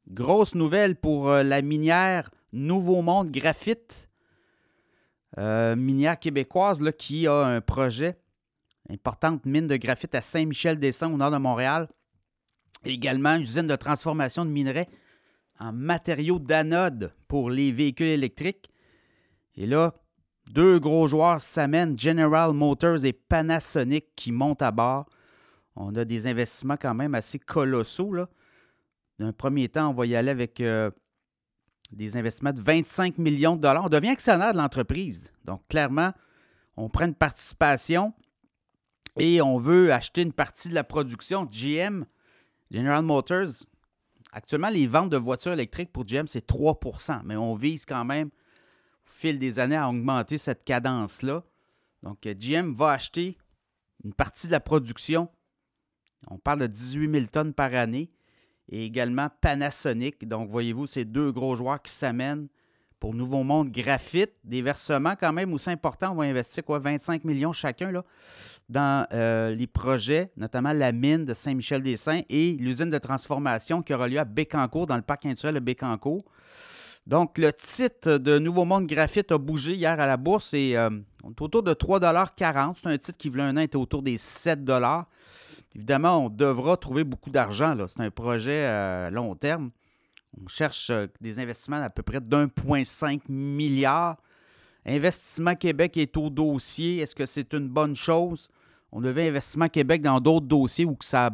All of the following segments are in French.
Grosse nouvelle pour la minière Nouveau Monde Graphite, minière québécoise là, qui a un projet, importante mine de graphite à Saint-Michel-des-Saints au nord de Montréal. Et également une usine de transformation de minerais en matériaux d'anode pour les véhicules électriques. Et là, deux gros joueurs s'amènent, General Motors et Panasonic qui montent à bord. On a des investissements quand même assez colossaux, là. D'un premier temps, on va y aller avec des investissements de 25 millions de dollars. On devient actionnaire de l'entreprise. Donc, clairement, on prend une participation et on veut acheter une partie de la production. GM, General Motors, actuellement, les ventes de voitures électriques pour GM, c'est 3 %. Mais on vise quand même, au fil des années, à augmenter cette cadence-là. Donc, GM va acheter une partie de la production. On parle de 18 000 tonnes par année. Et également Panasonic. Donc, voyez-vous, ces deux gros joueurs qui s'amènent pour Nouveau Monde Graphite. Des versements quand même aussi importants. On va investir 25 millions chacun là, dans les projets, notamment la mine de Saint-Michel-des-Saints et l'usine de transformation qui aura lieu à Bécancour, dans le parc industriel de Bécancour. Donc, le titre de Nouveau Monde Graphite a bougé hier à la bourse et on est autour de 3,40 $. C'est un titre qui, il y a un an, était autour des 7 $. Évidemment, on devra trouver beaucoup d'argent, là. C'est un projet à long terme. On cherche des investissements d'à peu près d'1,5 milliard. Investissement Québec est au dossier. Est-ce que c'est une bonne chose? On avait Investissement Québec dans d'autres dossiers où ça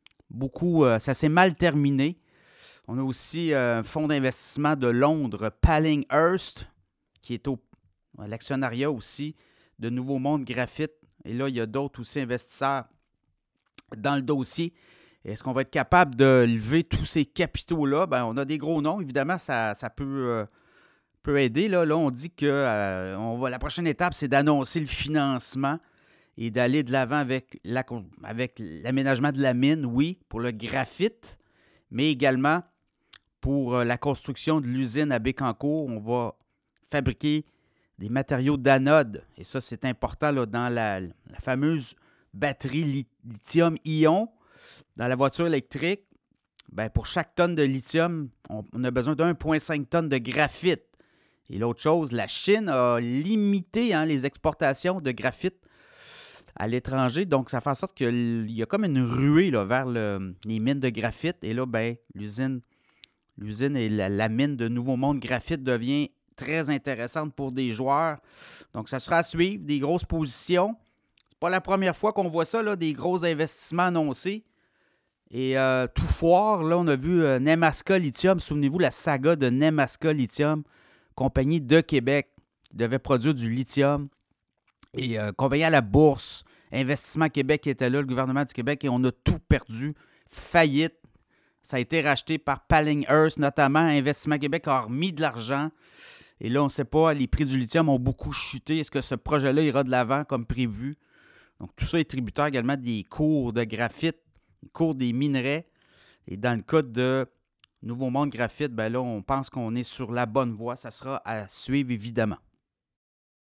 s'est mal terminé. On a aussi un fonds d'investissement de Londres, Pallinghurst, qui est à l'actionnariat aussi de Nouveau Monde Graphite. Et là, il y a d'autres aussi investisseurs dans le dossier. Est-ce qu'on va être capable de lever tous ces capitaux-là? Bien, on a des gros noms. Évidemment, ça peut aider. Là, on dit que la prochaine étape, c'est d'annoncer le financement et d'aller de l'avant avec l'aménagement de la mine, oui, pour le graphite, mais également pour la construction de l'usine à Bécancour. On va fabriquer des matériaux d'anode. Et ça, c'est important là, dans la fameuse batterie lithium-ion dans la voiture électrique. Bien, pour chaque tonne de lithium, on a besoin d'1,5 tonnes de graphite. Et l'autre chose, la Chine a limité les exportations de graphite à l'étranger. Donc, ça fait en sorte qu'il y a comme une ruée là, vers les mines de graphite. Et là, bien, l'usine et la mine de Nouveau Monde Graphite devient très intéressante pour des joueurs. Donc, ça sera à suivre, des grosses positions. C'est pas la première fois qu'on voit ça, là, des gros investissements annoncés. Et tout foire, là, on a vu Nemaska Lithium. Souvenez-vous, la saga de Nemaska Lithium, compagnie de Québec, qui devait produire du lithium. Et compagnie à la bourse, Investissement Québec était là, le gouvernement du Québec, et on a tout perdu. Faillite. Ça a été racheté par Pallinghurst, notamment. Investissement Québec a remis de l'argent. Et là, on ne sait pas, les prix du lithium ont beaucoup chuté. Est-ce que ce projet-là ira de l'avant comme prévu? Donc, tout ça est tributaire également des cours de graphite, des cours des minerais. Et dans le cas de Nouveau Monde Graphite, bien là, on pense qu'on est sur la bonne voie. Ça sera à suivre, évidemment.